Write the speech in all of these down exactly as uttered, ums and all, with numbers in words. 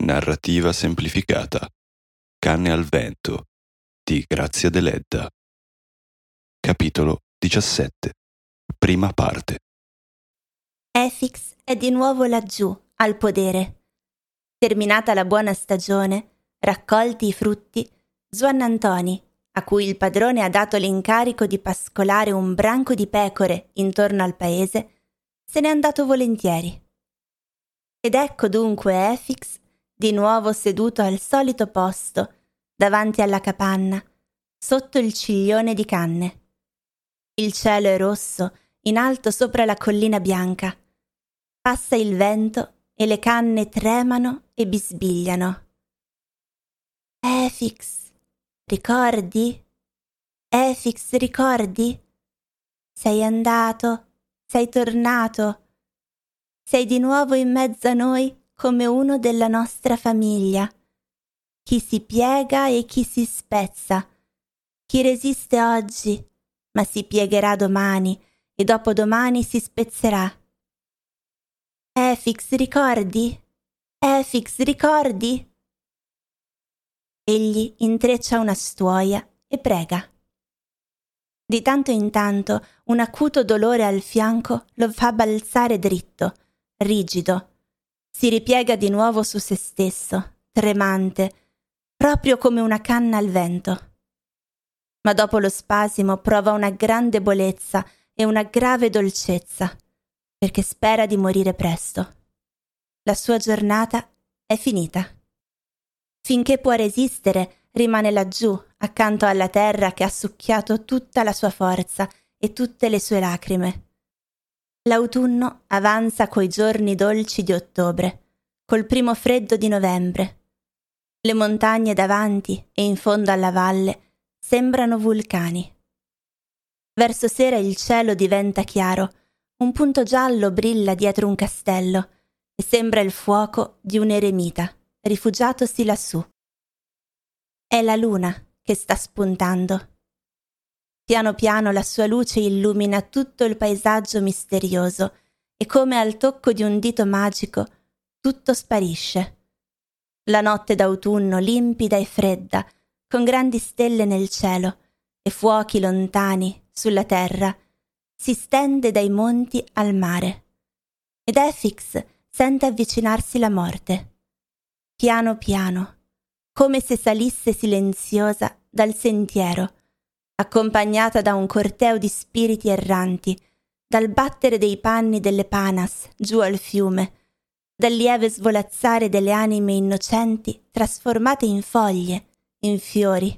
Narrativa semplificata. Canne al vento di Grazia Deledda. Capitolo diciassette. Prima parte. Efix è di nuovo laggiù, al podere. Terminata la buona stagione, raccolti i frutti, Zuannantoni, a cui il padrone ha dato l'incarico di pascolare un branco di pecore intorno al paese, se n'è andato volentieri. Ed ecco dunque Efix di nuovo seduto al solito posto, davanti alla capanna, sotto il ciglione di canne. Il cielo è rosso, in alto sopra la collina bianca. Passa il vento e le canne tremano e bisbigliano. Efix, ricordi? Efix, ricordi? Sei andato, sei tornato. Sei di nuovo in mezzo a noi come uno della nostra famiglia. Chi si piega e chi si spezza. Chi resiste oggi, ma si piegherà domani e dopodomani si spezzerà. Efix, ricordi? Efix, ricordi? Egli intreccia una stuoia e prega. Di tanto in tanto un acuto dolore al fianco lo fa balzare dritto, rigido. Si ripiega di nuovo su se stesso, tremante, proprio come una canna al vento. Ma dopo lo spasimo prova una gran debolezza e una grave dolcezza, perché spera di morire presto. La sua giornata è finita. Finché può resistere, rimane laggiù, accanto alla terra che ha succhiato tutta la sua forza e tutte le sue lacrime. L'autunno avanza coi giorni dolci di ottobre, col primo freddo di novembre. Le montagne davanti e in fondo alla valle sembrano vulcani. Verso sera il cielo diventa chiaro, un punto giallo brilla dietro un castello e sembra il fuoco di un eremita rifugiatosi lassù. È la luna che sta spuntando. Piano piano la sua luce illumina tutto il paesaggio misterioso e come al tocco di un dito magico tutto sparisce. La notte d'autunno limpida e fredda, con grandi stelle nel cielo e fuochi lontani sulla terra, si stende dai monti al mare. Ed Efix sente avvicinarsi la morte. Piano piano, come se salisse silenziosa dal sentiero, accompagnata da un corteo di spiriti erranti, dal battere dei panni delle panas giù al fiume, dal lieve svolazzare delle anime innocenti trasformate in foglie, in fiori.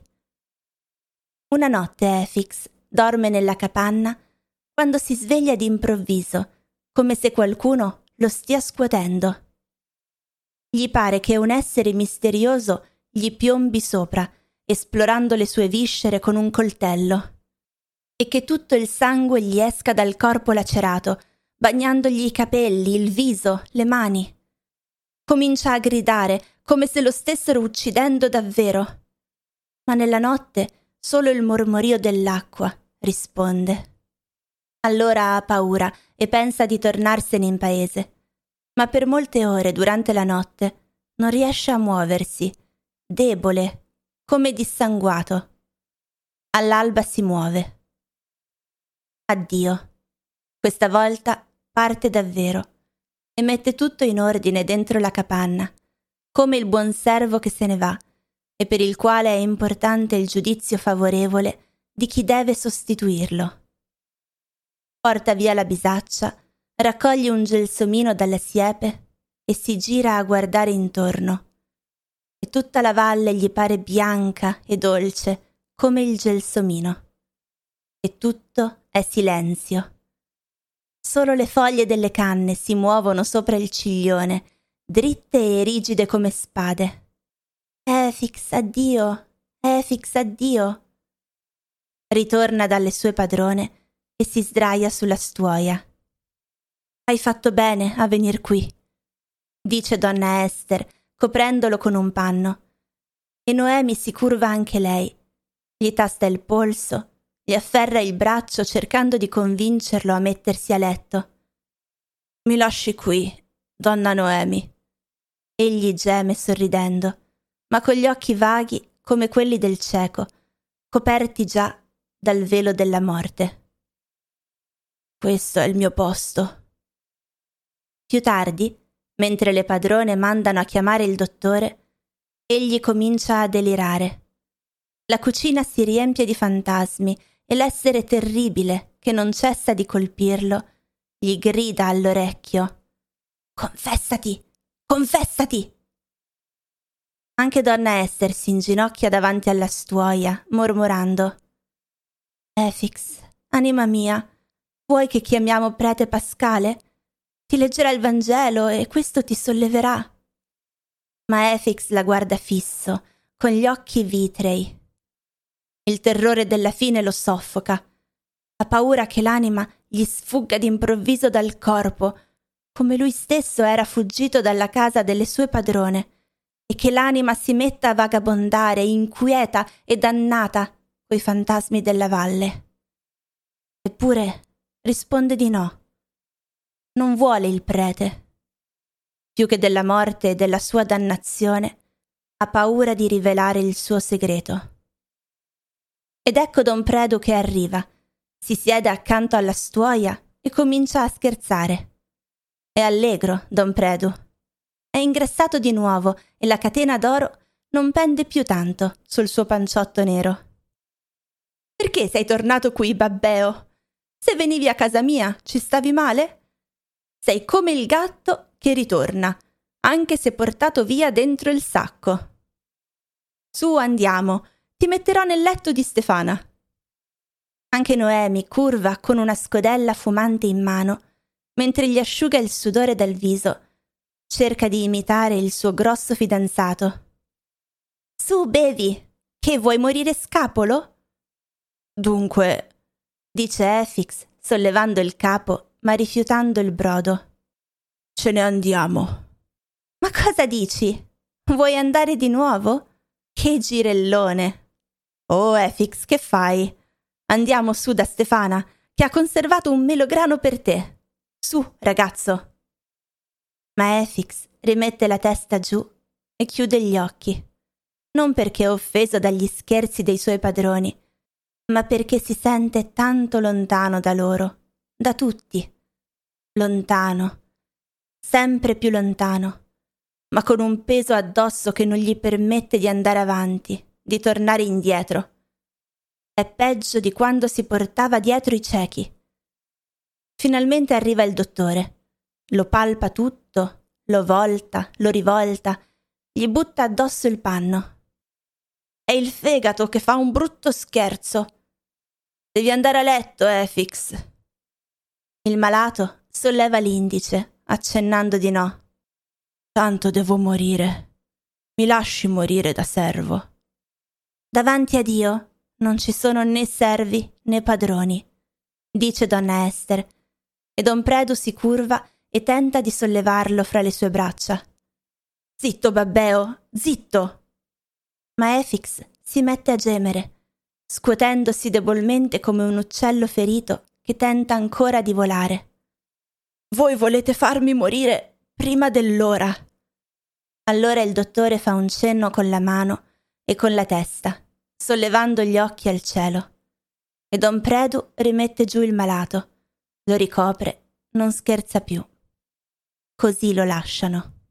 Una notte Efix dorme nella capanna quando si sveglia d'improvviso, come se qualcuno lo stia scuotendo. Gli pare che un essere misterioso gli piombi sopra, esplorando le sue viscere con un coltello, e che tutto il sangue gli esca dal corpo lacerato, bagnandogli i capelli, il viso, le mani. Comincia a gridare, come se lo stessero uccidendo davvero. Ma nella notte solo il mormorio dell'acqua risponde. Allora ha paura e pensa di tornarsene in paese, ma per molte ore durante la notte non riesce a muoversi, debole, come dissanguato. All'alba si muove. Addio. Questa volta parte davvero e mette tutto in ordine dentro la capanna, come il buon servo che se ne va e per il quale è importante il giudizio favorevole di chi deve sostituirlo. Porta via la bisaccia, raccoglie un gelsomino dalla siepe e si gira a guardare intorno. E tutta la valle gli pare bianca e dolce come il gelsomino. E tutto è silenzio. Solo le foglie delle canne si muovono sopra il ciglione, dritte e rigide come spade. Efix, addio! Efix, addio! Ritorna dalle sue padrone e si sdraia sulla stuoia. Hai fatto bene a venir qui, dice donna Ester, coprendolo con un panno. E Noemi si curva anche lei, gli tasta il polso, gli afferra il braccio cercando di convincerlo a mettersi a letto. Mi lasci qui, donna Noemi. Egli geme sorridendo, ma con gli occhi vaghi come quelli del cieco, coperti già dal velo della morte. Questo è il mio posto. Più tardi, mentre le padrone mandano a chiamare il dottore, egli comincia a delirare. La cucina si riempie di fantasmi e l'essere terribile, che non cessa di colpirlo, gli grida all'orecchio: «Confessati! Confessati!» Anche donna Ester si inginocchia davanti alla stuoia, mormorando: «Efix, anima mia, vuoi che chiamiamo prete Pascale? Ti leggerà il Vangelo e questo ti solleverà». Ma Efix la guarda fisso, con gli occhi vitrei. Il terrore della fine lo soffoca. Ha paura che l'anima gli sfugga d'improvviso dal corpo, come lui stesso era fuggito dalla casa delle sue padrone, e che l'anima si metta a vagabondare, inquieta e dannata, coi fantasmi della valle. Eppure risponde di no. Non vuole il prete. Più che della morte e della sua dannazione, ha paura di rivelare il suo segreto. Ed ecco don Predu che arriva, si siede accanto alla stuoia e comincia a scherzare. È allegro, don Predu. È ingrassato di nuovo e la catena d'oro non pende più tanto sul suo panciotto nero. «Perché sei tornato qui, babbeo? Se venivi a casa mia, ci stavi male? Sei come il gatto che ritorna, anche se portato via dentro il sacco. Su, andiamo, ti metterò nel letto di Stefana». Anche Noemi curva con una scodella fumante in mano, mentre gli asciuga il sudore dal viso, cerca di imitare il suo grosso fidanzato. «Su, bevi, che vuoi morire scapolo?» «Dunque», dice Efix, sollevando il capo ma rifiutando il brodo, «ce ne andiamo». «Ma cosa dici? Vuoi andare di nuovo? Che girellone!» «Oh, Efix, che fai? Andiamo su da Stefana, che ha conservato un melograno per te. Su, ragazzo!» Ma Efix rimette la testa giù e chiude gli occhi, non perché è offeso dagli scherzi dei suoi padroni, ma perché si sente tanto lontano da loro, da tutti. Lontano, sempre più lontano, ma con un peso addosso che non gli permette di andare avanti, di tornare indietro. È peggio di quando si portava dietro i ciechi. Finalmente arriva il dottore. Lo palpa tutto, lo volta, lo rivolta, gli butta addosso il panno. «È il fegato che fa un brutto scherzo. Devi andare a letto, Efix». Il malato solleva l'indice, accennando di no. «Tanto devo morire. Mi lasci morire da servo». «Davanti a Dio non ci sono né servi né padroni», dice donna Ester, e don Predu si curva e tenta di sollevarlo fra le sue braccia. «Zitto, babbeo, zitto!» Ma Efix si mette a gemere, scuotendosi debolmente come un uccello ferito che tenta ancora di volare. «Voi volete farmi morire prima dell'ora!» Allora il dottore fa un cenno con la mano e con la testa, sollevando gli occhi al cielo, e don Predu rimette giù il malato, lo ricopre, non scherza più. Così lo lasciano.